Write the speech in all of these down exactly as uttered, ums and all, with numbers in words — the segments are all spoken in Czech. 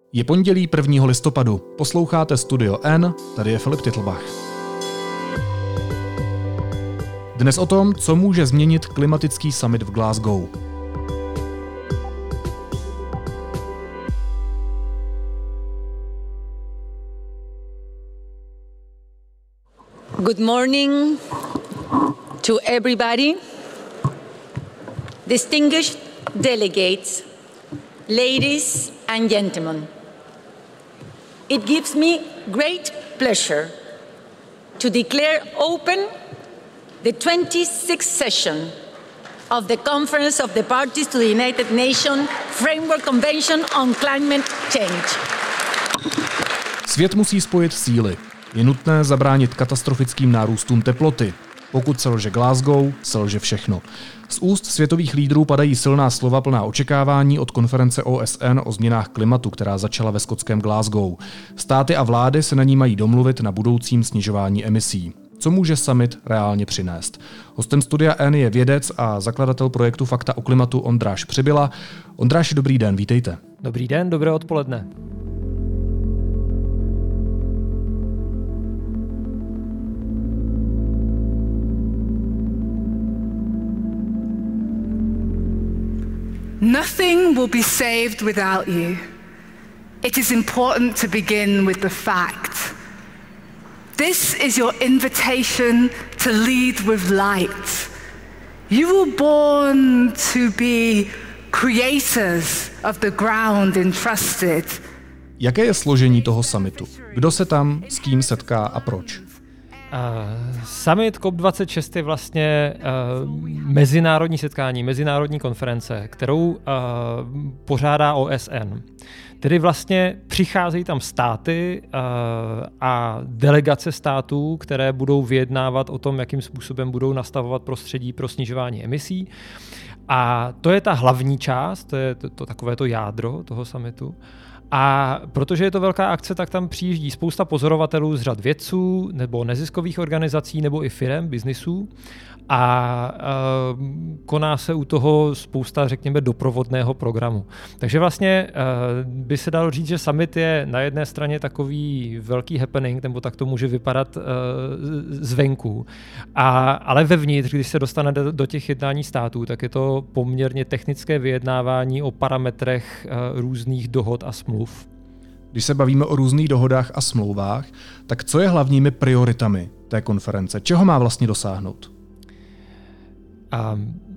Je pondělí prvního listopadu. Posloucháte Studio N, tady je Filip Titlbach. Dnes o tom, co může změnit klimatický summit v Glasgow. Good morning to everybody. Distinguished delegates, ladies and gentlemen. It gives me great pleasure to declare open the twenty-sixth session of the Conference of the Parties to the United Nations Framework Convention on Climate Change. Svět musí spojit síly. Je nutné zabránit katastrofickým nárůstům teploty. Pokud selže Glasgow, selže všechno. Z úst světových lídrů padají silná slova plná očekávání od konference O S N o změnách klimatu, která začala ve skotském Glasgow. Státy a vlády se na ní mají domluvit na budoucím snižování emisí. Co může summit reálně přinést? Hostem Studia N je vědec a zakladatel projektu Fakta o klimatu Ondráš Přibyla. Ondráši, dobrý den, vítejte. Dobrý den, dobré odpoledne. Nothing will be saved without you. It is important to begin with the fact. This is your invitation to lead with light. You were born to be creators of the ground entrusted. Jaké je složení toho summitu? Kdo se tam s kým setká a proč? Uh, summit C O P dvacet šest je vlastně uh, mezinárodní setkání, mezinárodní konference, kterou uh, pořádá O S N. Tedy vlastně přicházejí tam státy uh, a delegace států, které budou vyjednávat o tom, jakým způsobem budou nastavovat prostředí pro snižování emisí. A to je ta hlavní část, to je to, to takové to jádro toho summitu. A protože je to velká akce, tak tam přijíždí spousta pozorovatelů z řad vědců nebo neziskových organizací nebo i firem, biznisů a uh, koná se u toho spousta, řekněme, doprovodného programu. Takže vlastně uh, by se dalo říct, že summit je na jedné straně takový velký happening, nebo tak to může vypadat uh, zvenku. A, ale vevnitř, když se dostane do, do těch jednání států, tak je to poměrně technické vyjednávání o parametrech uh, různých dohod a smluv. Když se bavíme o různých dohodách a smlouvách, tak co je hlavními prioritami té konference? Čeho má vlastně dosáhnout? A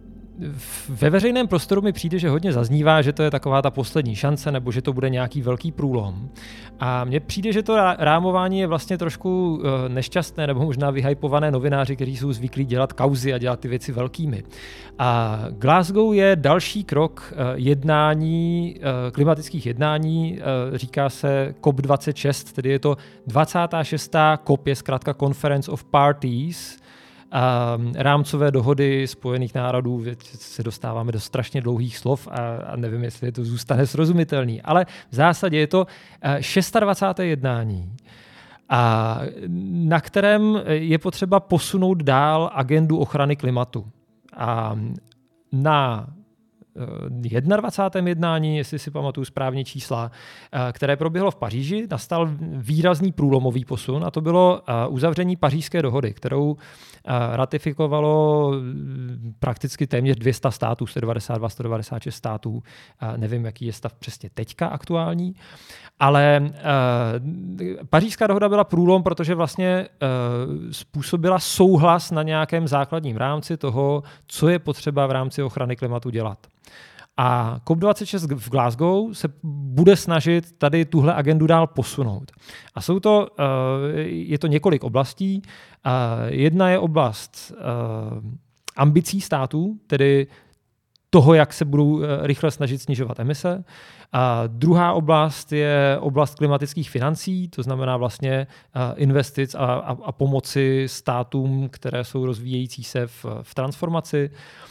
ve veřejném prostoru mi přijde, že hodně zaznívá, že to je taková ta poslední šance, nebo že to bude nějaký velký průlom. A mně přijde, že to rámování je vlastně trošku nešťastné, nebo možná vyhypované novináři, kteří jsou zvyklí dělat kauzy a dělat ty věci velkými. A Glasgow je další krok jednání, klimatických jednání, říká se C O P dvacet šest, tedy je to dvacátá šestá C O P, je zkrátka Conference of Parties, a rámcové dohody Spojených národů, se dostáváme do strašně dlouhých slov a, a nevím, jestli to zůstane srozumitelný, ale v zásadě je to dvacáté šesté jednání, a na kterém je potřeba posunout dál agendu ochrany klimatu. A na dvacátém prvním jednání, jestli si pamatuju správně čísla, které proběhlo v Paříži, nastal výrazný průlomový posun a to bylo uzavření Pařížské dohody, kterou ratifikovalo prakticky téměř dvě stě států, sto devadesát dva, sto devadesát šest států. Nevím, jaký je stav přesně teďka aktuální, ale Pařížská dohoda byla průlom, protože vlastně způsobila souhlas na nějakém základním rámci toho, co je potřeba v rámci ochrany klimatu dělat. A C O P dvacet šest v Glasgow se bude snažit tady tuhle agendu dál posunout. A jsou to, je to několik oblastí. Jedna je oblast ambicí států, tedy toho, jak se budou rychle snažit snižovat emise. A druhá oblast je oblast klimatických financí, to znamená vlastně investic a, a, a pomoci státům, které jsou rozvíjející se v, v transformaci.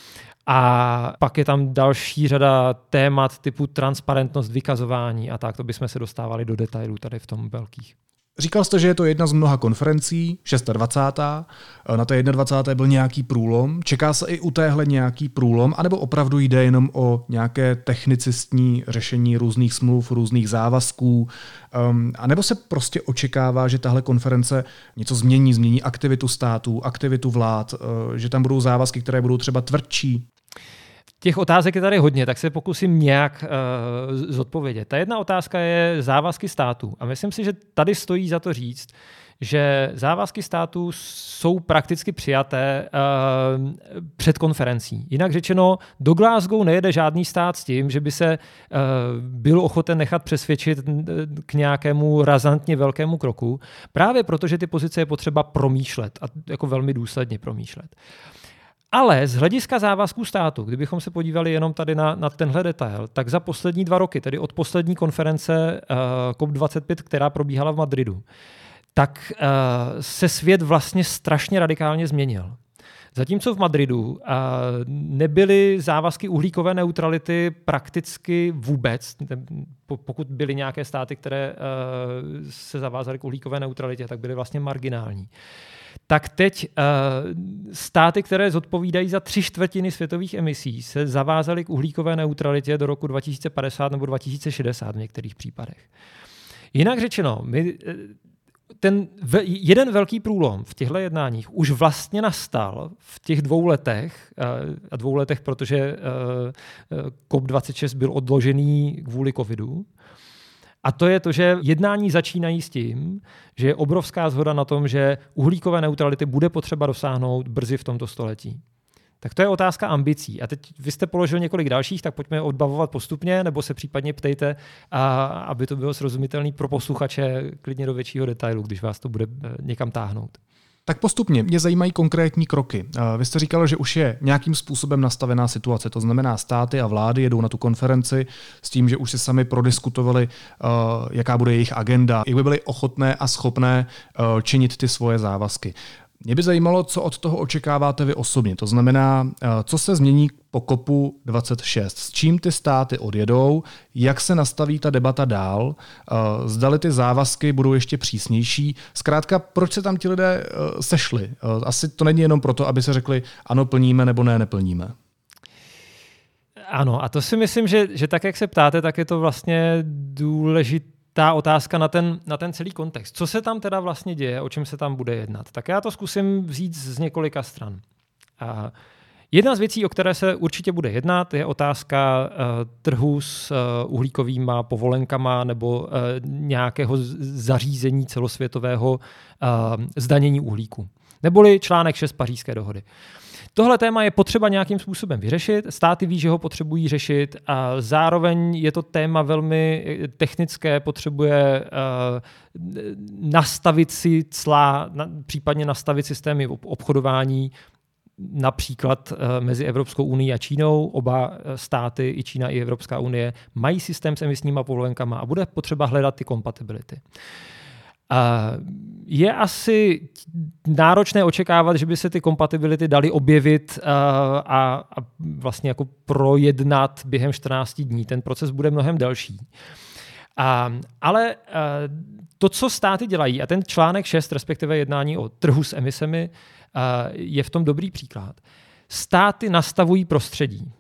A pak je tam další řada témat typu transparentnost, vykazování a tak. To bychom se dostávali do detailů tady v tom velkých. Říkal jste, že je to jedna z mnoha konferencí, dvacátá šestá. Na té dvacáté jedné byl nějaký průlom. Čeká se i u téhle nějaký průlom, anebo opravdu jde jenom o nějaké technicistní řešení různých smluv, různých závazků, um, anebo se prostě očekává, že tahle konference něco změní, změní aktivitu států, aktivitu vlád, uh, že tam budou závazky, které budou třeba tvrdší? Těch otázek je tady hodně, tak se pokusím nějak uh, zodpovědět. Ta jedna otázka je závazky států. A myslím si, že tady stojí za to říct, že závazky států jsou prakticky přijaté uh, před konferencí. Jinak řečeno, do Glasgow nejede žádný stát s tím, že by se uh, byl ochoten nechat přesvědčit k nějakému razantně velkému kroku, právě protože ty pozice je potřeba promýšlet a jako velmi důsledně promýšlet. Ale z hlediska závazků státu, kdybychom se podívali jenom tady na, na tenhle detail, tak za poslední dva roky, tedy od poslední konference uh, C O P dvacet pět, která probíhala v Madridu, tak uh, se svět vlastně strašně radikálně změnil. Zatímco v Madridu uh, nebyly závazky uhlíkové neutrality prakticky vůbec, pokud byly nějaké státy, které uh, se zavázaly k uhlíkové neutralitě, tak byly vlastně marginální. Tak teď uh, státy, které zodpovídají za tři čtvrtiny světových emisí, se zavázaly k uhlíkové neutralitě do roku dva tisíce padesát nebo dva tisíce šedesát v některých případech. Jinak řečeno, my, ten ve, jeden velký průlom v těchto jednáních už vlastně nastal v těch dvou letech, uh, a dvou letech, protože uh, C O P dvacet šest byl odložený kvůli covidu. A to je to, že jednání začínají s tím, že je obrovská shoda na tom, že uhlíkové neutrality bude potřeba dosáhnout brzy v tomto století. Tak to je otázka ambicí. A teď vy jste položil několik dalších, tak pojďme je odbavovat postupně, nebo se případně ptejte, a, aby to bylo srozumitelné pro posluchače klidně do většího detailu, když vás to bude někam táhnout. Tak postupně, mě zajímají konkrétní kroky. Vy jste říkal, že už je nějakým způsobem nastavená situace, to znamená státy a vlády jedou na tu konferenci s tím, že už si sami prodiskutovali, jaká bude jejich agenda, jak by byly ochotné a schopné činit ty svoje závazky. Mě by zajímalo, co od toho očekáváte vy osobně. To znamená, co se změní po C O P dvacet šest, s čím ty státy odjedou, jak se nastaví ta debata dál, zdali ty závazky budou ještě přísnější. Zkrátka, proč se tam ti lidé sešli? Asi to není jenom proto, aby se řekli, ano, plníme, nebo ne, neplníme. Ano, a to si myslím, že, že tak, jak se ptáte, tak je to vlastně důležité. Ta otázka na ten, na ten celý kontext. Co se tam teda vlastně děje, o čem se tam bude jednat? Tak já to zkusím vzít z několika stran. A jedna z věcí, o které se určitě bude jednat, je otázka uh, trhu s uh, uhlíkovýma povolenkama nebo uh, nějakého zařízení celosvětového uh, zdanění uhlíku. Neboli článek šest Pařížské dohody. Tohle téma je potřeba nějakým způsobem vyřešit, státy ví, že ho potřebují řešit a zároveň je to téma velmi technické, potřebuje uh, nastavit si cla, na, případně nastavit systémy obchodování, například uh, mezi Evropskou unií a Čínou. Oba státy, i Čína, i Evropská unie, mají systém s emisníma povolenkama a bude potřeba hledat ty kompatibility. Uh, je asi náročné očekávat, že by se ty kompatibility daly objevit uh, a, a vlastně jako projednat během čtrnácti dní. Ten proces bude mnohem delší. Uh, ale uh, to, co státy dělají, a ten článek šest, respektive jednání o trhu s emisemi, uh, je v tom dobrý příklad. Státy nastavují prostředí.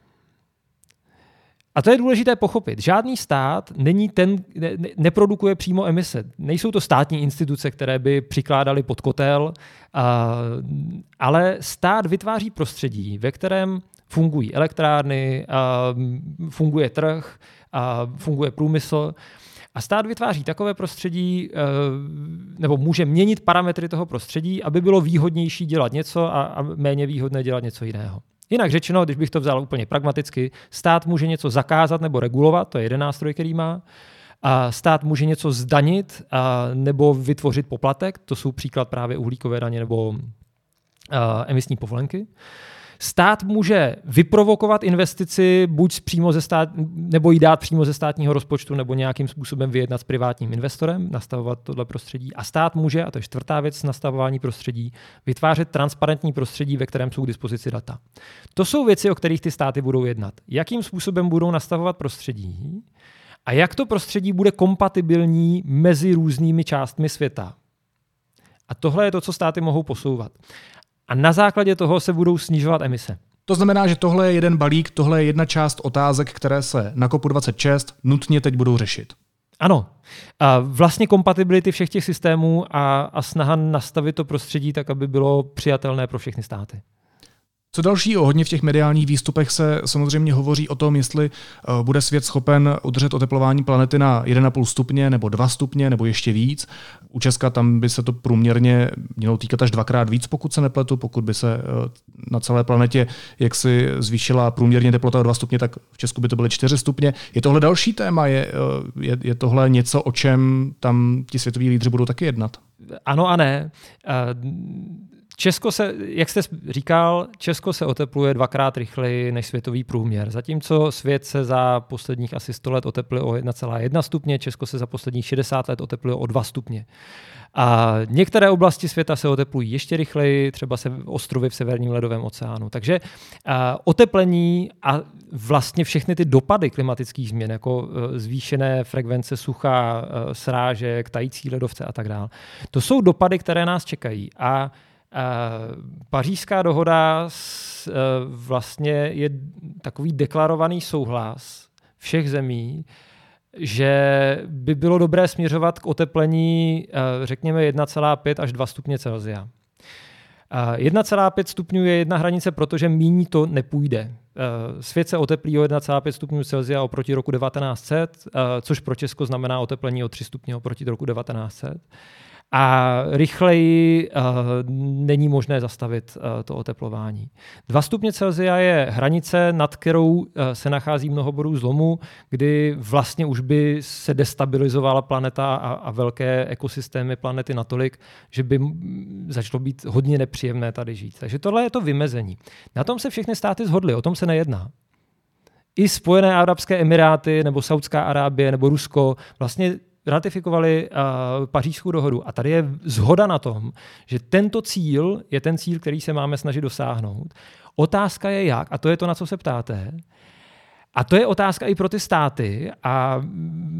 A to je důležité pochopit. Žádný stát není ten, ne, neprodukuje přímo emise. Nejsou to státní instituce, které by přikládaly pod kotel, uh, ale stát vytváří prostředí, ve kterém fungují elektrárny, uh, funguje trh, uh, funguje průmysl. A stát vytváří takové prostředí, uh, nebo může měnit parametry toho prostředí, aby bylo výhodnější dělat něco a, a méně výhodné dělat něco jiného. Jinak řečeno, když bych to vzal úplně pragmaticky, stát může něco zakázat nebo regulovat, to je jeden nástroj, který má. A stát může něco zdanit a, nebo vytvořit poplatek, to jsou příklad právě uhlíkové daně nebo a, emisní povolenky. Stát může vyprovokovat investici buď přímo ze stát, nebo ji dát přímo ze státního rozpočtu, nebo nějakým způsobem vyjednat s privátním investorem, nastavovat tohle prostředí. A stát může, a to je čtvrtá věc nastavování prostředí, vytvářet transparentní prostředí, ve kterém jsou k dispozici data. To jsou věci, o kterých ty státy budou jednat. Jakým způsobem budou nastavovat prostředí A jak to prostředí bude kompatibilní mezi různými částmi světa. A tohle je to, co státy mohou posouvat. A na základě toho se budou snižovat emise. To znamená, že tohle je jeden balík, tohle je jedna část otázek, které se na kopu dvacet šest nutně teď budou řešit. Ano. A vlastně kompatibility všech těch systémů a, a snaha nastavit to prostředí tak, aby bylo přijatelné pro všechny státy. Co dalšího? Hodně v těch mediálních výstupech se samozřejmě hovoří o tom, jestli bude svět schopen udržet oteplování planety na jedna celá pět stupně nebo dva stupně nebo ještě víc. U Česka tam by se to průměrně mělo týkat až dvakrát víc, pokud se nepletu. Pokud by se na celé planetě jaksi zvýšila průměrně teplota o dva stupně, tak v Česku by to byly čtyři stupně. Je tohle další téma? Je, je, je tohle něco, o čem tam ti světoví lídři budou taky jednat? Ano a ne. Uh... Česko se, jak jste říkal, Česko se otepluje dvakrát rychleji než světový průměr. Zatímco svět se za posledních asi sto let otepluje o jedna celá jedna stupně, Česko se za posledních šedesát let otepluje o dva stupně. A některé oblasti světa se oteplují ještě rychleji, třeba se ostrovy v severním ledovém oceánu. Takže a, oteplení a vlastně všechny ty dopady klimatických změn, jako zvýšené frekvence sucha, srážek, tající ledovce a tak dále, to jsou dopady, které nás čekají. A Uh, Pařížská dohoda s, uh, vlastně je takový deklarovaný souhlas všech zemí, že by bylo dobré směřovat k oteplení, uh, řekněme, jedna celá pět až dva stupně Celsia. Uh, jedna celá pět stupňů je jedna hranice, protože míň to nepůjde. Uh, svět se oteplí o jedna celá pět stupňů Celsia oproti roku devatenáct set, uh, což pro Česko znamená oteplení o tři stupně oproti roku devatenáct set. A rychleji uh, není možné zastavit uh, to oteplování. Dva stupně Celsia je hranice, nad kterou uh, se nachází mnoho bodů zlomu, kdy vlastně už by se destabilizovala planeta a, a velké ekosystémy planety natolik, že by začalo být hodně nepříjemné tady žít. Takže tohle je to vymezení. Na tom se všechny státy shodly, o tom se nejedná. I Spojené arabské emiráty, nebo Saudská Arábie, nebo Rusko vlastně ratifikovali uh, Pařížskou dohodu. A tady je shoda na tom, že tento cíl je ten cíl, který se máme snažit dosáhnout. Otázka je jak, a to je to, na co se ptáte. A to je otázka i pro ty státy. A uh,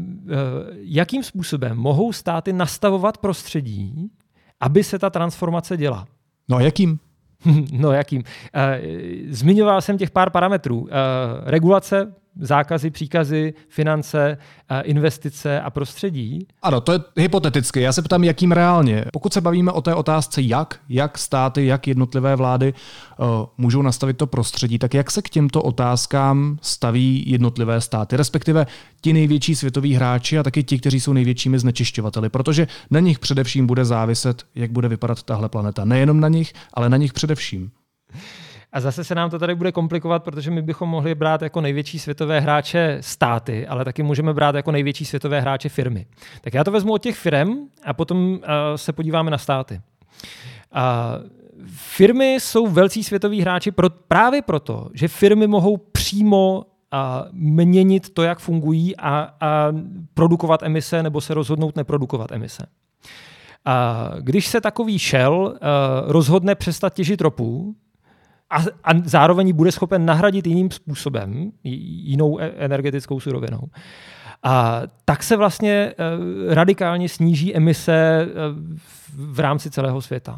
jakým způsobem mohou státy nastavovat prostředí, aby se ta transformace děla? No a jakým? No jakým? Uh, zmiňoval jsem těch pár parametrů. Uh, regulace, zákazy, příkazy, finance, investice a prostředí. Ano, to je hypoteticky. Já se ptám, jakým reálně. Pokud se bavíme o té otázce, jak, jak státy, jak jednotlivé vlády uh, můžou nastavit to prostředí, tak jak se k těmto otázkám staví jednotlivé státy, respektive ti největší světoví hráči a taky ti, kteří jsou největšími znečišťovateli, protože na nich především bude záviset, jak bude vypadat tahle planeta. Nejenom na nich, ale na nich především. A zase se nám to tady bude komplikovat, protože my bychom mohli brát jako největší světové hráče státy, ale taky můžeme brát jako největší světové hráče firmy. Tak já to vezmu od těch firm a potom uh, se podíváme na státy. Uh, firmy jsou velcí světoví hráči pro, právě proto, že firmy mohou přímo uh, měnit to, jak fungují a, a produkovat emise nebo se rozhodnout neprodukovat emise. Uh, když se takový Shell uh, rozhodne přestat těžit ropu, A, a zároveň bude schopen nahradit jiným způsobem, jinou energetickou surovinou, a tak se vlastně uh, radikálně sníží emise uh, v rámci celého světa.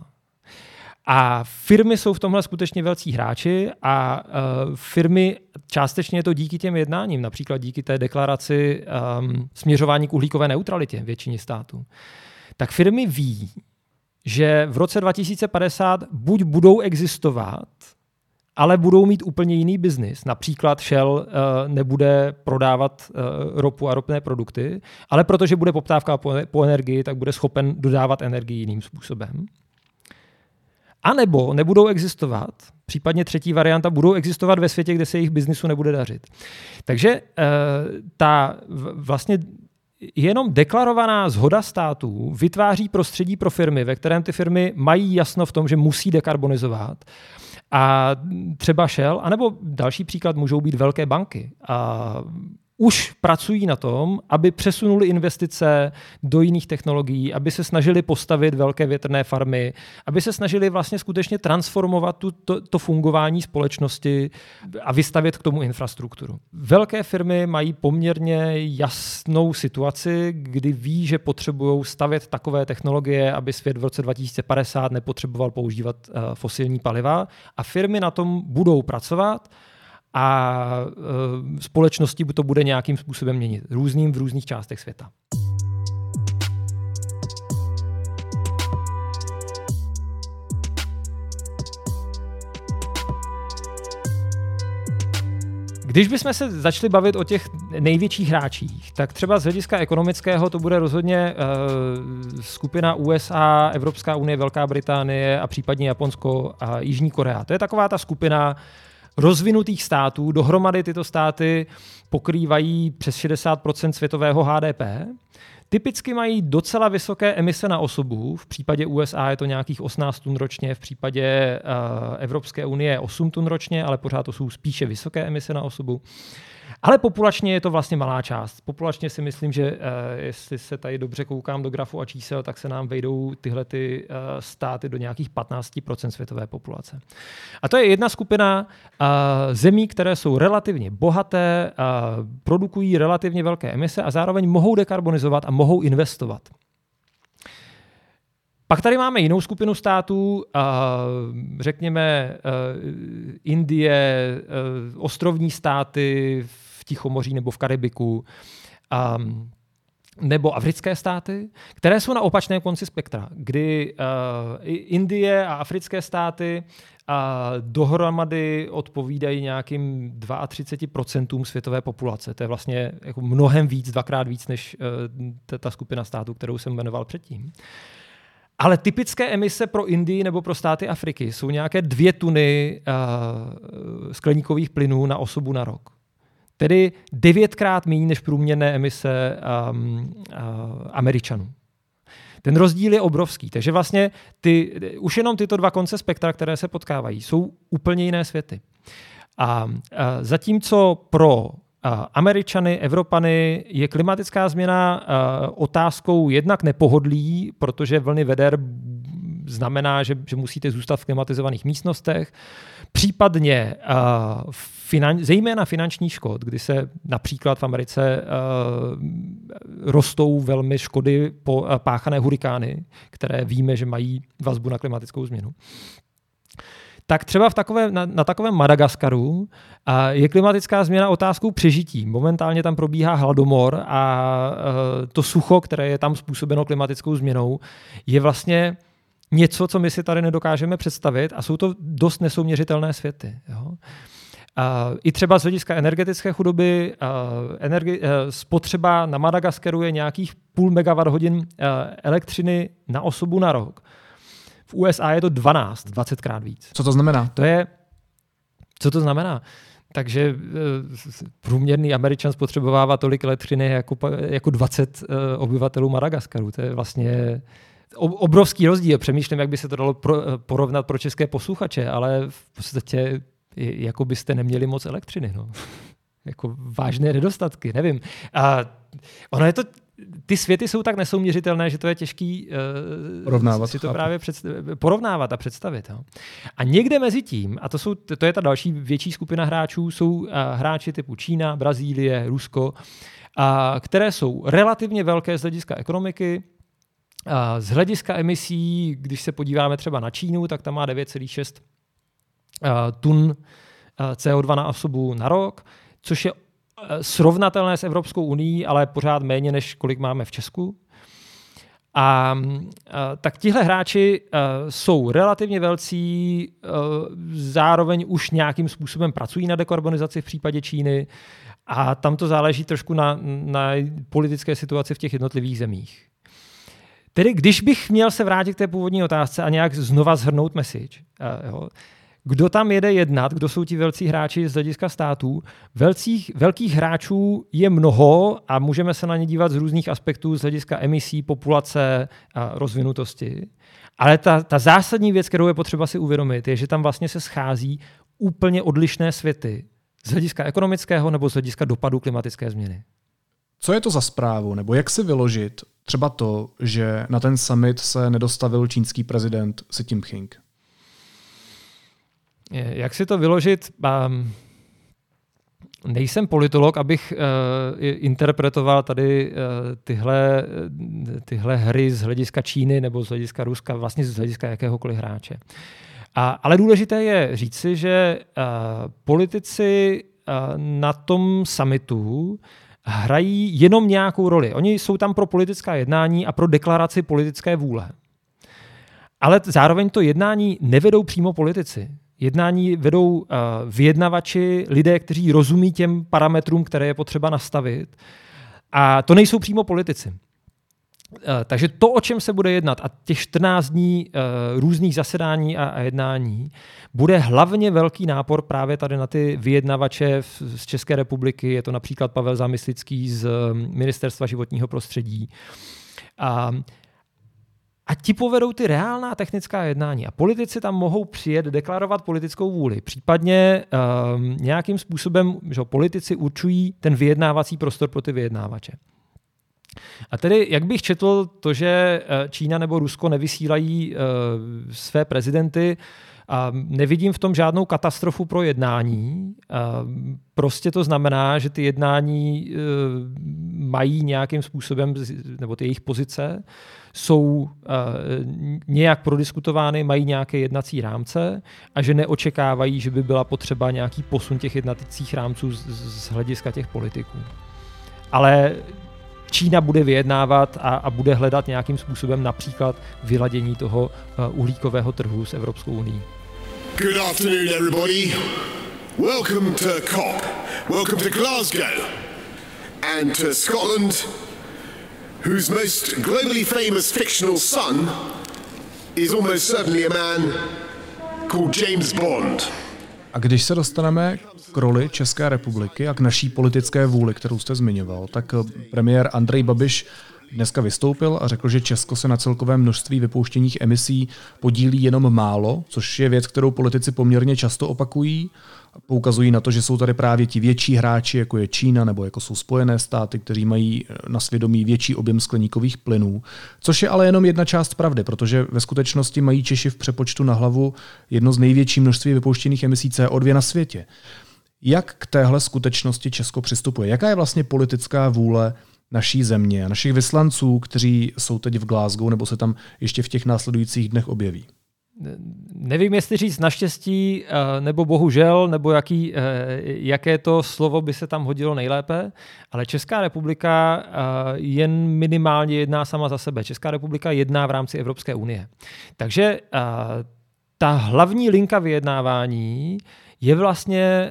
A firmy jsou v tomhle skutečně velcí hráči a uh, firmy částečně je to díky těm jednáním, například díky té deklaraci um, směřování k uhlíkové neutralitě většině států. Tak firmy ví, že v roce dva tisíce padesát buď budou existovat, ale budou mít úplně jiný biznis. Například Shell uh, nebude prodávat uh, ropu a ropné produkty, ale protože bude poptávka po, po energii, tak bude schopen dodávat energii jiným způsobem. A nebo nebudou existovat, případně třetí varianta, budou existovat ve světě, kde se jejich biznisu nebude dařit. Takže uh, ta vlastně jenom deklarovaná shoda států vytváří prostředí pro firmy, ve kterém ty firmy mají jasno v tom, že musí dekarbonizovat. A třeba Shell, anebo další příklad můžou být velké banky. A už pracují na tom, aby přesunuli investice do jiných technologií, aby se snažili postavit velké větrné farmy, aby se snažili vlastně skutečně transformovat tu, to, to fungování společnosti a vystavět k tomu infrastrukturu. Velké firmy mají poměrně jasnou situaci, kdy ví, že potřebují stavět takové technologie, aby svět v roce dva tisíce padesát nepotřeboval používat uh, fosilní paliva, a firmy na tom budou pracovat a e, společnosti to bude nějakým způsobem měnit. Různým v různých částech světa. Když bychom se začali bavit o těch největších hráčích, tak třeba z hlediska ekonomického to bude rozhodně uh, skupina U S A, Evropská unie, Velká Británie a případně Japonsko a Jižní Korea. To je taková ta skupina rozvinutých států. Dohromady tyto státy pokrývají přes šedesát procent světového H D P. Typicky mají docela vysoké emise na osobu. V případě U S A je to nějakých osmnáct tun ročně, v případě uh, Evropské unie osm tun ročně, ale pořád to jsou spíše vysoké emise na osobu. Ale populačně je to vlastně malá část. Populačně si myslím, že uh, jestli se tady dobře koukám do grafu a čísel, tak se nám vejdou tyhle ty, uh, státy do nějakých patnáct procent světové populace. A to je jedna skupina uh, zemí, které jsou relativně bohaté, uh, produkují relativně velké emise a zároveň mohou dekarbonizovat a mohou investovat. Pak tady máme jinou skupinu států, řekněme Indie, ostrovní státy v Tichomoří nebo v Karibiku, nebo africké státy, které jsou na opačném konci spektra, kdy Indie a africké státy dohromady odpovídají nějakým třicet dva procent světové populace. To je vlastně jako mnohem víc, dvakrát víc než ta skupina států, kterou jsem jmenoval předtím. Ale typické emise pro Indii nebo pro státy Afriky jsou nějaké dvě tuny uh, skleníkových plynů na osobu na rok. Tedy devětkrát méně než průměrné emise um, uh, Američanů. Ten rozdíl je obrovský. Takže vlastně ty, už jenom tyto dva konce spektra, které se potkávají, jsou úplně jiné světy. A uh, zatímco pro Američany, Evropany je klimatická změna uh, otázkou jednak nepohodlí, protože vlny veder znamená, že, že musíte zůstat v klimatizovaných místnostech, případně uh, finan, zejména finanční škod, kdy se například v Americe uh, rostou velmi škody po, uh, páchané hurikány, které víme, že mají vazbu na klimatickou změnu. Tak třeba v takové, na, na takovém Madagaskaru a je klimatická změna otázkou přežití. Momentálně tam probíhá hladomor a uh, to sucho, které je tam způsobeno klimatickou změnou, je vlastně něco, co my si tady nedokážeme představit a jsou to dost nesouměřitelné světy. Jo? Uh, I třeba z hlediska energetické chudoby uh, energi- uh, spotřeba na Madagaskaru je nějakých půl megawatt hodin uh, elektřiny na osobu na rok. V U S A je to dvanáct, dvacetkrát víc. Co to znamená? To je, co to znamená? Takže průměrný Američan spotřebovává tolik elektřiny jako, jako dvacet obyvatelů Madagaskaru. To je vlastně obrovský rozdíl. Přemýšlím, jak by se to dalo pro, porovnat pro české posluchače, ale v podstatě jako byste neměli moc elektřiny. No. Jako vážné nedostatky, nevím. A ono je to Ty světy jsou tak nesouměřitelné, že to je těžký uh, porovnávat, si to právě předst- porovnávat a představit. Jo. A někde mezi tím, a to, jsou, to je ta další větší skupina hráčů, jsou uh, hráči typu Čína, Brazílie, Rusko, uh, které jsou relativně velké z hlediska ekonomiky. Uh, z hlediska emisí, když se podíváme třeba na Čínu, tak tam má devět celá šest uh, tun uh, C O dva na osobu na rok, což je srovnatelné s Evropskou unií, ale pořád méně, než kolik máme v Česku. A, a tak tihle hráči a, jsou relativně velcí, a, zároveň už nějakým způsobem pracují na dekarbonizaci v případě Číny a tam to záleží trošku na, na politické situaci v těch jednotlivých zemích. Tedy když bych měl se vrátit k té původní otázce a nějak znova shrnout message, a, jo, kdo tam jede jednat, kdo jsou ti velcí hráči z hlediska států. Velcích, velkých hráčů je mnoho a můžeme se na ně dívat z různých aspektů z hlediska emisí, populace a rozvinutosti. Ale ta, ta zásadní věc, kterou je potřeba si uvědomit, je, že tam vlastně se schází úplně odlišné světy z hlediska ekonomického nebo z hlediska dopadu klimatické změny. Co je to za zprávu, nebo jak si vyložit třeba to, že na ten summit se nedostavil čínský prezident Xi Jinping? Jak si to vyložit? Um, nejsem politolog, abych uh, interpretoval tady uh, tyhle, tyhle hry z hlediska Číny nebo z hlediska Ruska, vlastně z hlediska jakéhokoliv hráče. A, ale důležité je říci, že uh, politici uh, na tom summitu hrají jenom nějakou roli. Oni jsou tam pro politická jednání a pro deklaraci politické vůle. Ale zároveň to jednání nevedou přímo politici. Jednání vedou uh, vyjednavači, lidé, kteří rozumí těm parametrům, které je potřeba nastavit. A to nejsou přímo politici. Uh, takže to, o čem se bude jednat, a těch čtrnáct dní uh, různých zasedání a, a jednání, bude hlavně velký nápor právě tady na ty vyjednavače v, z České republiky. Je to například Pavel Zámyslický z Ministerstva životního prostředí. A A ti povedou ty reálná technická jednání. A politici tam mohou přijet, deklarovat politickou vůli. Případně um, nějakým způsobem, že politici určují ten vyjednávací prostor pro ty vyjednávače. A tedy, jak bych četl to, že Čína nebo Rusko nevysílají uh, své prezidenty, a nevidím v tom žádnou katastrofu pro jednání. Prostě to znamená, že ty jednání mají nějakým způsobem, nebo ty jejich pozice jsou nějak prodiskutovány, mají nějaké jednací rámce a že neočekávají, že by byla potřeba nějaký posun těch jednacích rámců z hlediska těch politiků. Ale Čína bude vyjednávat a, a bude hledat nějakým způsobem například vyladění toho uh, uhlíkového trhu s Evropskou unií. Good afternoon, everybody. Welcome to COP. Welcome to Glasgow. And to Scotland, whose most globally famous fictional son is almost certainly a man called James Bond. A když se dostaneme k roli České republiky a k naší politické vůli, kterou jste zmiňoval, tak premiér Andrej Babiš dneska vystoupil a řekl, že Česko se na celkovém množství vypouštěných emisí podílí jenom málo, což je věc, kterou politici poměrně často opakují. Poukazují na to, že jsou tady právě ti větší hráči, jako je Čína nebo jako jsou Spojené státy, kteří mají na svědomí větší objem skleníkových plynů. Což je ale jenom jedna část pravdy, protože ve skutečnosti mají Češi v přepočtu na hlavu jedno z největších množství vypouštěných emisí C O dva na světě. Jak k téhle skutečnosti Česko přistupuje? Jaká je vlastně politická vůle naší země a našich vyslanců, kteří jsou teď v Glasgow nebo se tam ještě v těch následujících dnech objeví? Nevím, jestli říct naštěstí, nebo bohužel, nebo jaký, jaké to slovo by se tam hodilo nejlépe, ale Česká republika jen minimálně jedná sama za sebe. Česká republika jedná v rámci Evropské unie. Takže ta hlavní linka vyjednávání je vlastně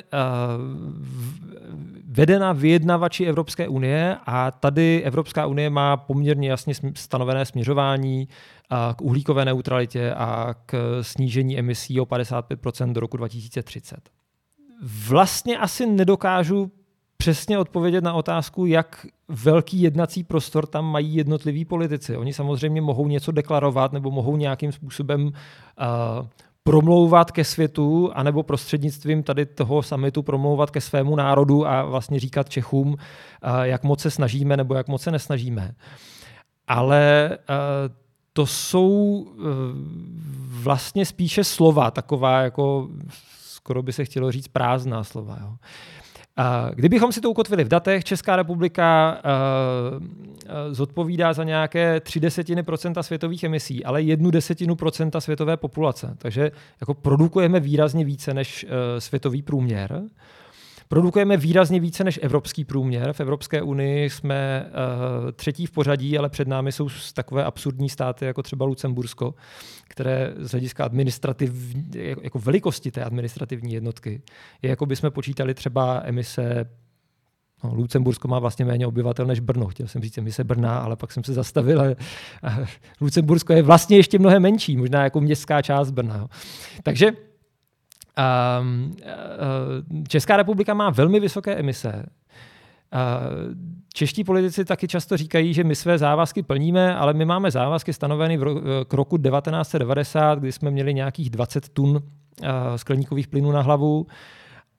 vedena vyjednavači Evropské unie a tady Evropská unie má poměrně jasně stanovené směřování k uhlíkové neutralitě a k snížení emisí o padesát pět procent do roku dva tisíce třicet. Vlastně asi nedokážu přesně odpovědět na otázku, jak velký jednací prostor tam mají jednotliví politici. Oni samozřejmě mohou něco deklarovat nebo mohou nějakým způsobem uh, promlouvat ke světu, anebo prostřednictvím tady toho summitu promlouvat ke svému národu a vlastně říkat Čechům, uh, jak moc se snažíme nebo jak moc se nesnažíme. Ale uh, to jsou uh, vlastně spíše slova, taková jako skoro by se chtělo říct prázdná slova. Jo. Kdybychom si to ukotvili v datech, Česká republika uh, zodpovídá za nějaké tři desetiny procenta světových emisí, ale jednu desetinu procenta světové populace. Takže jako produkujeme výrazně více než uh, světový průměr. Produkujeme výrazně více než evropský průměr. V Evropské unii jsme uh, třetí v pořadí, ale před námi jsou takové absurdní státy, jako třeba Lucembursko, které z hlediska administrativ, jako velikosti té administrativní jednotky je, jako by jsme počítali třeba emise. No, Lucembursko má vlastně méně obyvatel než Brno. Chtěl jsem říct emise Brna, ale pak jsem se zastavil. A, a Lucembursko je vlastně ještě mnohem menší, možná jako městská část Brna. Jo. Takže Um, uh, Česká republika má velmi vysoké emise. Uh, čeští politici taky často říkají, že my své závazky plníme, ale my máme závazky stanoveny v ro- k roku devatenáct set devadesát, kdy jsme měli nějakých dvacet tun uh, skleníkových plynů na hlavu.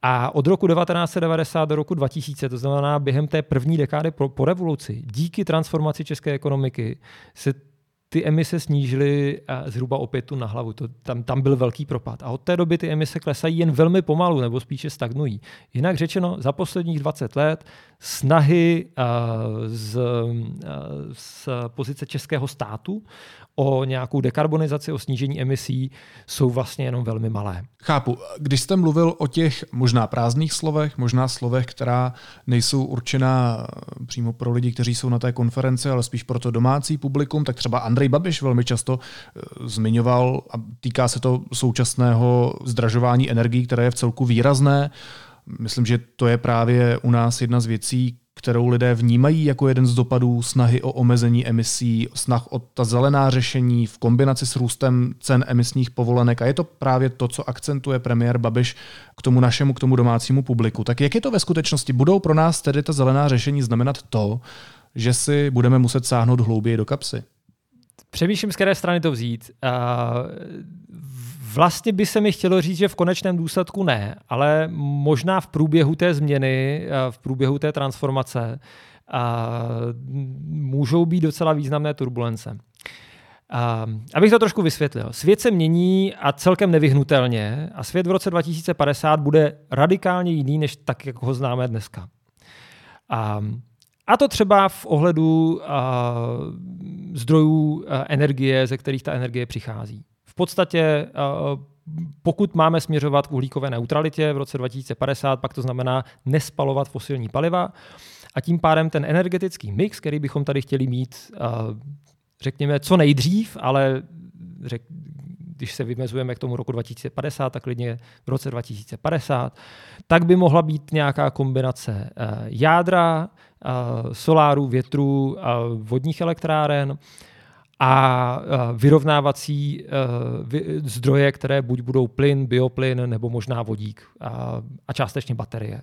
A od roku devatenáct set devadesát do roku dva tisíce, to znamená během té první dekády po, po revoluci, díky transformaci české ekonomiky se ty emise snížily zhruba o pětu na hlavu. To, tam, tam byl velký propad. A od té doby ty emise klesají jen velmi pomalu, nebo spíše stagnují. Jinak řečeno, za posledních dvacet let snahy uh, z, uh, z pozice českého státu o nějakou dekarbonizaci, o snížení emisí jsou vlastně jenom velmi malé. Chápu. Když jste mluvil o těch možná prázdných slovech, možná slovech, která nejsou určená přímo pro lidi, kteří jsou na té konferenci, ale spíš pro to domácí publikum, tak třeba Andrej Babiš velmi často zmiňoval, a týká se to současného zdražování energií, které je v celku výrazné. Myslím, že to je právě u nás jedna z věcí, kterou lidé vnímají jako jeden z dopadů snahy o omezení emisí, snah o ta zelená řešení v kombinaci s růstem cen emisních povolenek. A je to právě to, co akcentuje premiér Babiš k tomu našemu, k tomu domácímu publiku. Tak jak je to ve skutečnosti? Budou pro nás tedy ta zelená řešení znamenat to, že si budeme muset sáhnout hlouběji do kapsy? Přemýšlím, z které strany to vzít. Vlastně by se mi chtělo říct, že v konečném důsledku ne, ale možná v průběhu té změny, v průběhu té transformace můžou být docela významné turbulence. Abych to trošku vysvětlil. Svět se mění a celkem nevyhnutelně a svět v roce dva tisíce padesát bude radikálně jiný, než tak, jak ho známe dneska. A to třeba v ohledu zdrojů energie, ze kterých ta energie přichází. V podstatě, pokud máme směřovat k uhlíkové neutralitě v roce dva tisíce padesát, pak to znamená nespalovat fosilní paliva a tím pádem ten energetický mix, který bychom tady chtěli mít, řekněme, co nejdřív, ale řek, když se vymezujeme k tomu roku dva tisíce padesát, tak klidně v roce dva tisíce padesát, tak by mohla být nějaká kombinace jádra, soláru, větru, vodních elektráren, a vyrovnávací zdroje, které buď budou plyn, bioplyn nebo možná vodík a částečně baterie.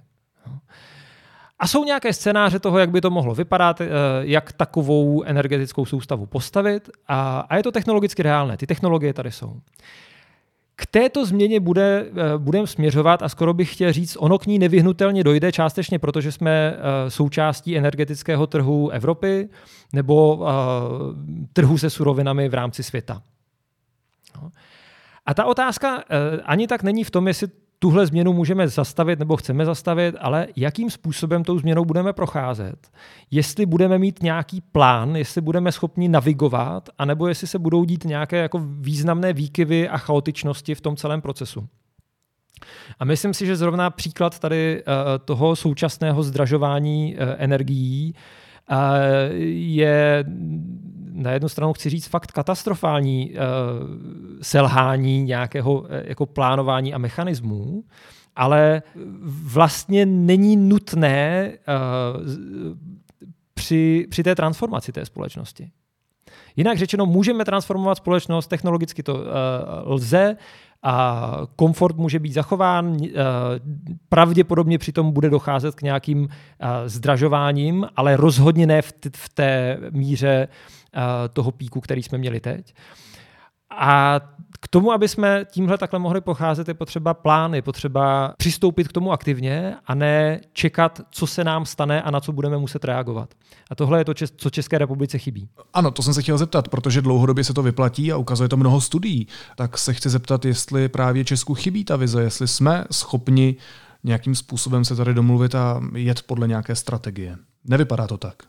A jsou nějaké scénáře toho, jak by to mohlo vypadat, jak takovou energetickou soustavu postavit a je to technologicky reálné. Ty technologie tady jsou. K této změně bude, budeme směřovat a skoro bych chtěl říct, ono k ní nevyhnutelně dojde částečně, protože jsme součástí energetického trhu Evropy nebo uh, trhu se surovinami v rámci světa. No. A ta otázka uh, ani tak není v tom, jestli tuhle změnu můžeme zastavit nebo chceme zastavit, ale jakým způsobem tou změnou budeme procházet. Jestli budeme mít nějaký plán, jestli budeme schopni navigovat, anebo jestli se budou dít nějaké jako významné výkyvy a chaotičnosti v tom celém procesu. A myslím si, že zrovna příklad tady uh, toho současného zdražování uh, energií uh, je na jednu stranu chci říct fakt katastrofální uh, selhání nějakého uh, jako plánování a mechanismů, ale vlastně není nutné uh, při, při té transformaci té společnosti. Jinak řečeno, můžeme transformovat společnost, technologicky to uh, lze, a komfort může být zachován, uh, pravděpodobně přitom bude docházet k nějakým uh, zdražováním, ale rozhodně ne v, t- v té míře uh, toho píku, který jsme měli teď. A k tomu, aby jsme tímhle takhle mohli pocházet, je potřeba plán, je potřeba přistoupit k tomu aktivně a ne čekat, co se nám stane a na co budeme muset reagovat. A tohle je to, co České republice chybí. Ano, to jsem se chtěl zeptat, protože dlouhodobě se to vyplatí a ukazuje to mnoho studií. Tak se chci zeptat, jestli právě Česku chybí ta vize, jestli jsme schopni nějakým způsobem se tady domluvit a jet podle nějaké strategie. Nevypadá to tak.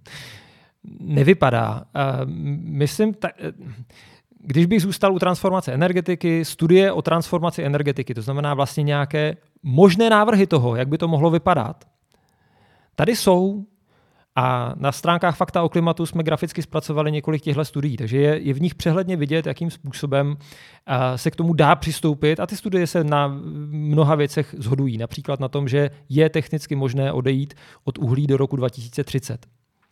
Nevypadá. Uh, myslím, ta, když bych zůstal u transformace energetiky, studie o transformaci energetiky, to znamená vlastně nějaké možné návrhy toho, jak by to mohlo vypadat, tady jsou. A na stránkách Fakta o klimatu jsme graficky zpracovali několik těchto studií, takže je, je v nich přehledně vidět, jakým způsobem uh, se k tomu dá přistoupit a ty studie se na mnoha věcech shodují. Například na tom, že je technicky možné odejít od uhlí do roku dva tisíce třicet.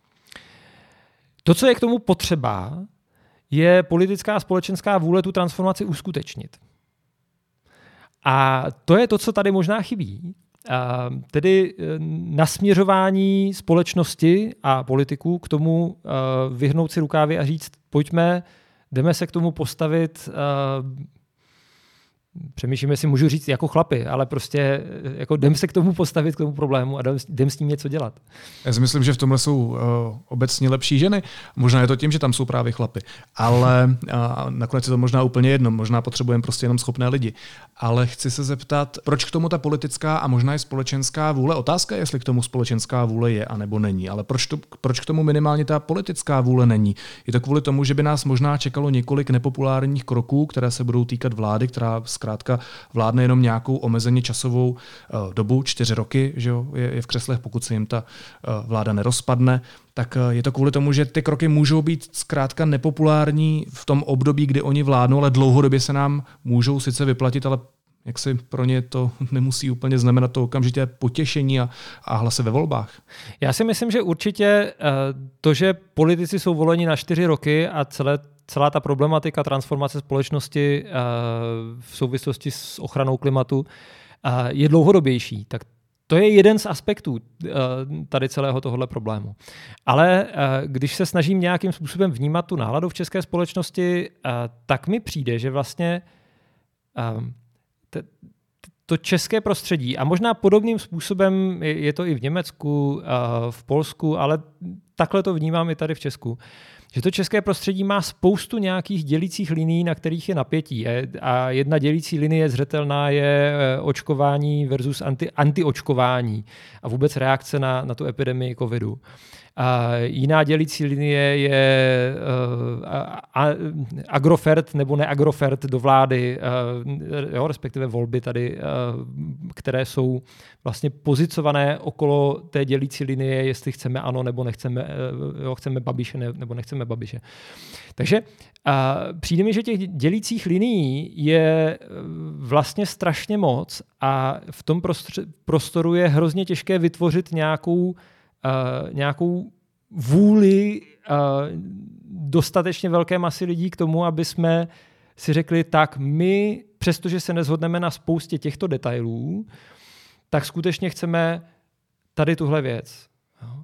To, co je k tomu potřeba, je politická a společenská vůle tu transformaci uskutečnit. A to je to, co tady možná chybí. Uh, tedy uh, nasměřování společnosti a politiků k tomu uh, vyhnout si rukávy a říct, pojďme, jdeme se k tomu postavit uh, přemýšlím, jestli můžu říct jako chlapi, ale prostě jako jdem se k tomu postavit, k tomu problému a jdem s tím něco dělat. Já si myslím, že v tomhle jsou uh, obecně lepší ženy. Možná je to tím, že tam jsou právě chlapy. Ale uh, nakonec je to možná úplně jedno. Možná potřebujeme prostě jenom schopné lidi. Ale chci se zeptat, proč k tomu ta politická a možná i společenská vůle? Otázka je, jestli k tomu společenská vůle je, anebo není. Ale proč, to, proč k tomu minimálně ta politická vůle není? Je to kvůli tomu, že by nás možná čekalo několik nepopulárních kroků, které se budou týkat vlády, která zkrátka vládne jenom nějakou omezeně časovou uh, dobu, čtyři roky, že jo, je, je v křeslech, pokud se jim ta uh, vláda nerozpadne, tak uh, je to kvůli tomu, že ty kroky můžou být zkrátka nepopulární v tom období, kdy oni vládnou, ale dlouhodobě se nám můžou sice vyplatit, ale jak si pro ně to nemusí úplně znamenat to okamžitě potěšení a, a hlasy ve volbách. Já si myslím, že určitě uh, to, že politici jsou voleni na čtyři roky a celé celá ta problematika transformace společnosti uh, v souvislosti s ochranou klimatu uh, je dlouhodobější. Tak to je jeden z aspektů uh, tady celého tohohle problému. Ale uh, když se snažím nějakým způsobem vnímat tu náladu v české společnosti, uh, tak mi přijde, že vlastně uh, t- to české prostředí, a možná podobným způsobem je, je to i v Německu, uh, v Polsku, ale takhle to vnímám i tady v Česku, že to české prostředí má spoustu nějakých dělících linií, na kterých je napětí. A jedna dělící linie zřetelná je očkování versus anti, antiočkování a vůbec reakce na, na tu epidemii covidu. A jiná dělící linie je uh, a, a, Agrofert nebo neagrofert do vlády, uh, jo, respektive volby tady, uh, které jsou vlastně pozicované okolo té dělící linie, jestli chceme ano nebo nechceme, uh, jo, chceme Babiše ne, nebo nechceme Babiše. Takže uh, přijde mi, že těch dělících linií je vlastně strašně moc a v tom prostoru je hrozně těžké vytvořit nějakou Uh, nějakou vůli uh, dostatečně velké masy lidí k tomu, aby jsme si řekli, tak my, přestože se neshodneme na spoustě těchto detailů, tak skutečně chceme tady tuhle věc. No.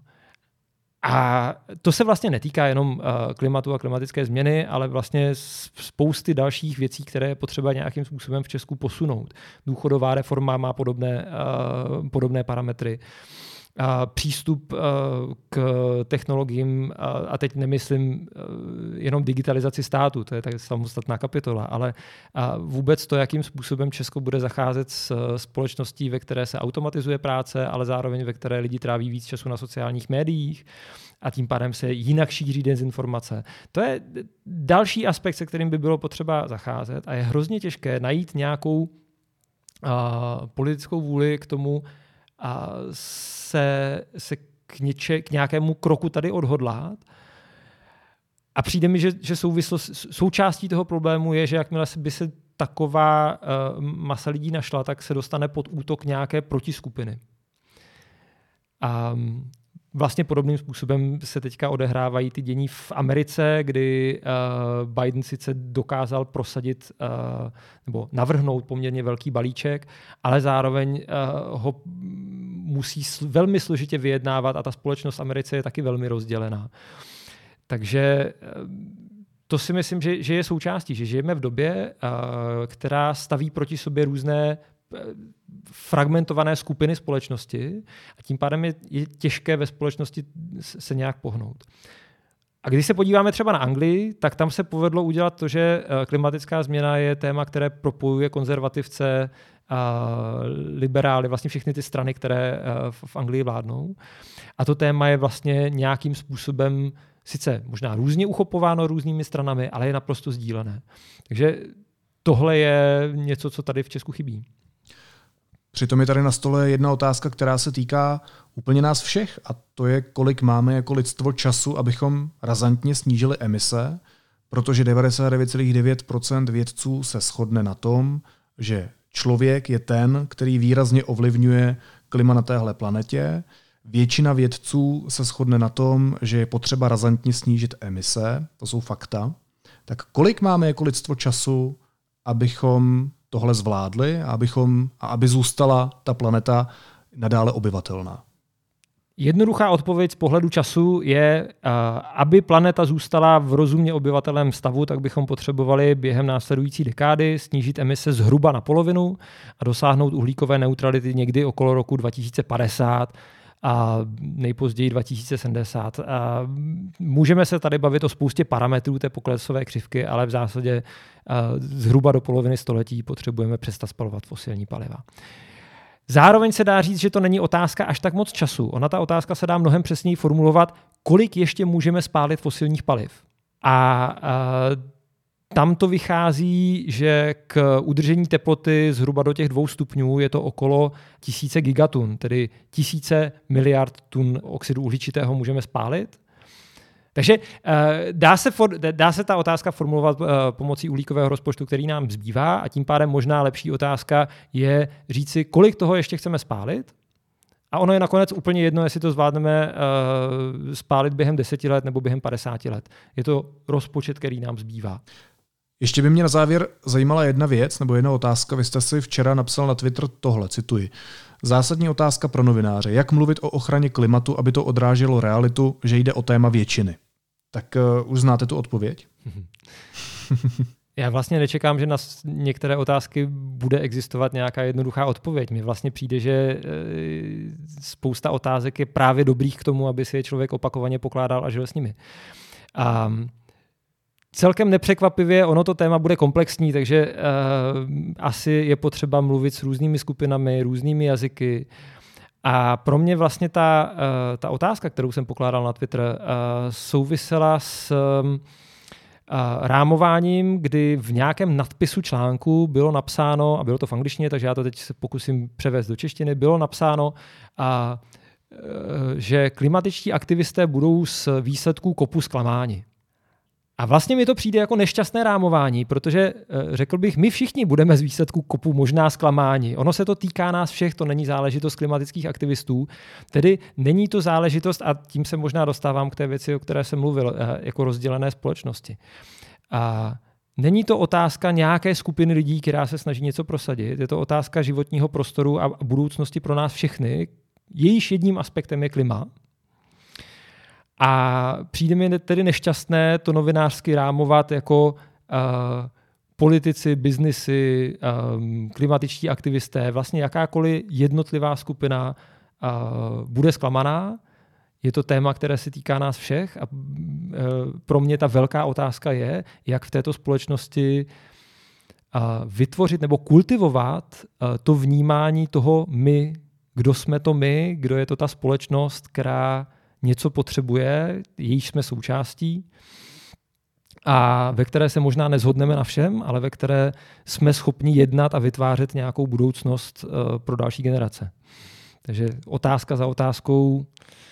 A to se vlastně netýká jenom uh, klimatu a klimatické změny, ale vlastně spousty dalších věcí, které je potřeba nějakým způsobem v Česku posunout. Důchodová reforma má podobné, uh, podobné parametry. A přístup uh, k technologiím, uh, a teď nemyslím uh, jenom digitalizaci státu, to je tak samostatná kapitola, ale uh, vůbec to, jakým způsobem Česko bude zacházet s uh, společností, ve které se automatizuje práce, ale zároveň ve které lidi tráví víc času na sociálních médiích a tím pádem se jinak šíří dezinformace. To je další aspekt, se kterým by bylo potřeba zacházet a je hrozně těžké najít nějakou uh, politickou vůli k tomu, a se, se k, něče, k nějakému kroku tady odhodlát. A přijde mi, že, že souvislost, součástí toho problému je, že jakmile by se taková uh, masa lidí našla, tak se dostane pod útok nějaké protiskupiny. A vlastně podobným způsobem se teďka odehrávají ty dění v Americe, kdy uh, Biden sice dokázal prosadit uh, nebo navrhnout poměrně velký balíček, ale zároveň uh, ho musí sl- velmi složitě vyjednávat a ta společnost v Americe je taky velmi rozdělená. Takže uh, to si myslím, že, že je součástí, že žijeme v době, uh, která staví proti sobě různé fragmentované skupiny společnosti a tím pádem je, je těžké ve společnosti se nějak pohnout. A když se podíváme třeba na Anglii, tak tam se povedlo udělat to, že klimatická změna je téma, které propojuje konzervativce a liberály, vlastně všechny ty strany, které v Anglii vládnou. A to téma je vlastně nějakým způsobem sice možná různě uchopováno různými stranami, ale je naprosto sdílené. Takže tohle je něco, co tady v Česku chybí. Přitom je tady na stole jedna otázka, která se týká úplně nás všech, a to je, kolik máme jako lidstvo času, abychom razantně snížili emise, protože devadesát devět celá devět procent vědců se shodne na tom, že člověk je ten, který výrazně ovlivňuje klima na téhle planetě. Většina vědců se shodne na tom, že je potřeba razantně snížit emise, to jsou fakta. Tak kolik máme jako lidstvo času, abychom tohle zvládli a, abychom, a aby zůstala ta planeta nadále obyvatelná? Jednoduchá odpověď z pohledu času je, aby planeta zůstala v rozumně obyvatelném stavu, tak bychom potřebovali během následující dekády snížit emise zhruba na polovinu a dosáhnout uhlíkové neutrality někdy okolo roku dva tisíce padesát a nejpozději dva tisíce sedmdesát. A můžeme se tady bavit o spoustě parametrů té poklesové křivky, ale v zásadě zhruba do poloviny století potřebujeme přestat spalovat fosilní paliva. Zároveň se dá říct, že to není otázka až tak moc času. Ona ta otázka se dá mnohem přesněji formulovat, kolik ještě můžeme spálit fosilních paliv. A, a tam to vychází, že k udržení teploty zhruba do těch dvou stupňů je to okolo tisíce gigatun, tedy tisíce miliard tun oxidu uhličitého můžeme spálit. Takže dá se, for, dá se ta otázka formulovat pomocí uhlíkového rozpočtu, který nám zbývá, a tím pádem možná lepší otázka je říci, kolik toho ještě chceme spálit. A ono je nakonec úplně jedno, jestli to zvládneme uh, spálit během deseti let nebo během padesáti let. Je to rozpočet, který nám zbývá. Ještě by mě na závěr zajímala jedna věc nebo jedna otázka. Vy jste si včera napsal na Twitter tohle, cituji. Zásadní otázka pro novináře. Jak mluvit o ochraně klimatu, aby to odráželo realitu, že jde o téma většiny? Tak uh, už znáte tu odpověď? Já vlastně nečekám, že na některé otázky bude existovat nějaká jednoduchá odpověď. Mně vlastně přijde, že spousta otázek je právě dobrých k tomu, aby si je člověk opakovaně pokládal a žil s nimi. A celkem nepřekvapivě ono to téma bude komplexní, takže uh, asi je potřeba mluvit s různými skupinami, různými jazyky. A pro mě vlastně ta, uh, ta otázka, kterou jsem pokládal na Twitter, uh, souvisela s um, Uh, rámováním, kdy v nějakém nadpisu článku bylo napsáno, a bylo to v angličtině, takže já to teď se pokusím převést do češtiny, bylo napsáno, uh, uh, že klimatičtí aktivisté budou z výsledků kopu zklamáni. A vlastně mi to přijde jako nešťastné rámování, protože uh, řekl bych, my všichni budeme z výsledků kopu možná zklamáni. Ono se to týká nás všech, to není záležitost klimatických aktivistů, tedy není to záležitost, a tím se možná dostávám k té věci, o které jsem mluvil, uh, jako rozdělené společnosti. A není to otázka nějaké skupiny lidí, která se snaží něco prosadit, je to otázka životního prostoru a budoucnosti pro nás všechny, jejíž jedním aspektem je klima. A přijde mi tedy nešťastné to novinářsky rámovat jako uh, politici, biznisy, um, klimatičtí aktivisté, vlastně jakákoliv jednotlivá skupina uh, bude zklamaná. Je to téma, které se týká nás všech, a uh, pro mě ta velká otázka je, jak v této společnosti uh, vytvořit nebo kultivovat uh, to vnímání toho my, kdo jsme to my, kdo je to ta společnost, která něco potřebuje, jejíž jsme součástí a ve které se možná nezhodneme na všem, ale ve které jsme schopni jednat a vytvářet nějakou budoucnost uh, pro další generace. Takže otázka za otázkou uh,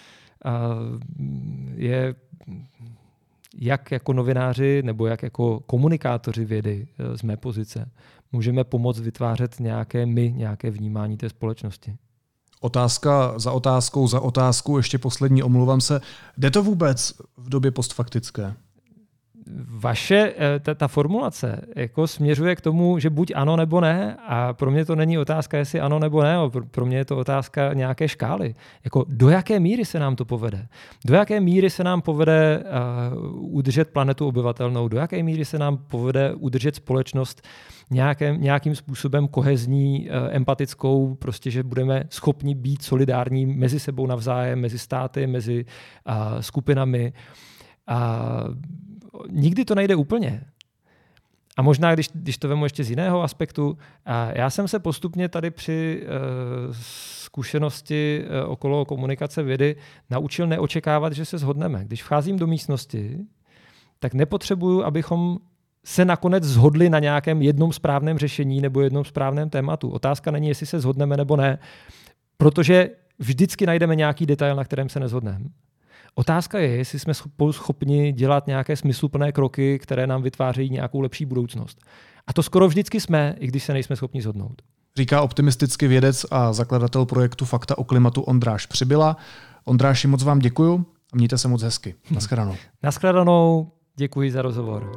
je, jak jako novináři nebo jak jako komunikátoři vědy uh, z mé pozice můžeme pomoct vytvářet nějaké my, nějaké vnímání té společnosti. Otázka za otázkou za otázkou, ještě poslední, omluvám se. Jde to vůbec v době postfaktické? Vaše, ta, ta formulace jako směřuje k tomu, že buď ano nebo ne, a pro mě to není otázka, jestli ano nebo ne, pro mě je to otázka nějaké škály. Jako do jaké míry se nám to povede? Do jaké míry se nám povede uh, udržet planetu obyvatelnou? Do jaké míry se nám povede udržet společnost nějakým, nějakým způsobem kohezní, uh, empatickou, prostě, že budeme schopni být solidární mezi sebou navzájem, mezi státy, mezi uh, skupinami. A nikdy to nejde úplně. A možná, když, když to vemu ještě z jiného aspektu, a já jsem se postupně tady při uh, zkušenosti uh, okolo komunikace vědy naučil neočekávat, že se shodneme. Když vcházím do místnosti, tak nepotřebuju, abychom se nakonec shodli na nějakém jednom správném řešení nebo jednom správném tématu. Otázka není, jestli se shodneme nebo ne, protože vždycky najdeme nějaký detail, na kterém se neshodneme. Otázka je, jestli jsme schopni dělat nějaké smysluplné kroky, které nám vytvářejí nějakou lepší budoucnost. A to skoro vždycky jsme, i když se nejsme schopni shodnout. Říká optimistický vědec a zakladatel projektu Fakta o klimatu Ondráš Přibyla. Ondráši, moc vám děkuju a mějte se moc hezky. Naschledanou. Naschledanou, děkuji za rozhovor.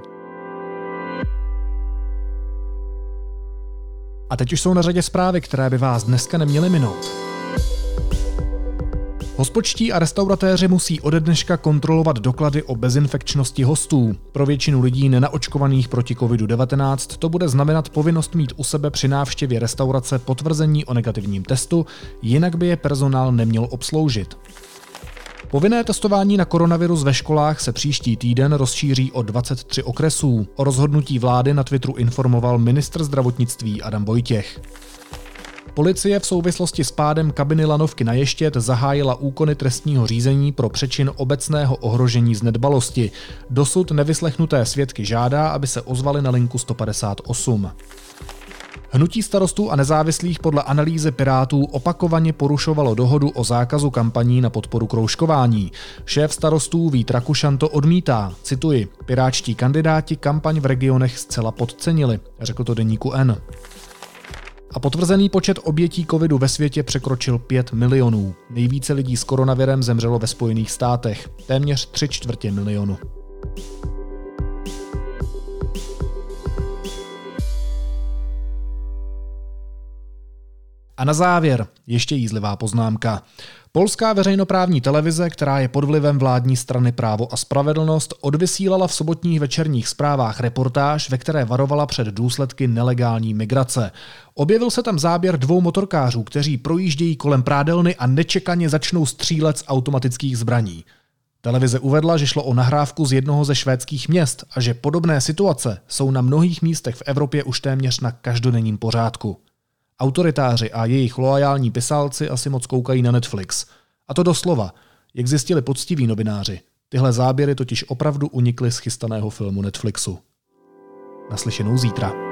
A teď už jsou na řadě zprávy, které by vás dneska neměly minout. Hospodští a restauratéři musí ode dneška kontrolovat doklady o bezinfekčnosti hostů. Pro většinu lidí nenaočkovaných proti kovidu devatenáct to bude znamenat povinnost mít u sebe při návštěvě restaurace potvrzení o negativním testu, jinak by je personál neměl obsloužit. Povinné testování na koronavirus ve školách se příští týden rozšíří o dvacet tři okresů. O rozhodnutí vlády na Twitteru informoval ministr zdravotnictví Adam Vojtěch. Policie v souvislosti s pádem kabiny lanovky na Ještěd zahájila úkony trestního řízení pro přečin obecného ohrožení z nedbalosti. Dosud nevyslechnuté svědky žádá, aby se ozvali na linku sto padesát osm. Hnutí Starostů a nezávislých podle analýzy Pirátů opakovaně porušovalo dohodu o zákazu kampaní na podporu kroužkování. Šéf Starostů Vít Rakušan to odmítá. Cituji: Pirátští kandidáti kampaň v regionech zcela podcenili, řekl to deníku N. A potvrzený počet obětí covidu ve světě překročil pět milionů. Nejvíce lidí s koronavirem zemřelo ve Spojených státech, téměř tři čtvrtě milionu. A na závěr ještě jízlivá poznámka. Polská veřejnoprávní televize, která je pod vlivem vládní strany Právo a spravedlnost, odvysílala v sobotních večerních zprávách reportáž, ve které varovala před důsledky nelegální migrace. Objevil se tam záběr dvou motorkářů, kteří projíždějí kolem prádelny a nečekaně začnou střílet z automatických zbraní. Televize uvedla, že šlo o nahrávku z jednoho ze švédských měst a že podobné situace jsou na mnohých místech v Evropě už téměř na každodenním pořádku. Autoritáři a jejich loajální pisálci asi moc koukají na Netflix. A to doslova, jak zjistili poctiví novináři. Tyhle záběry totiž opravdu unikly z chystaného filmu Netflixu. Naslyšenou zítra.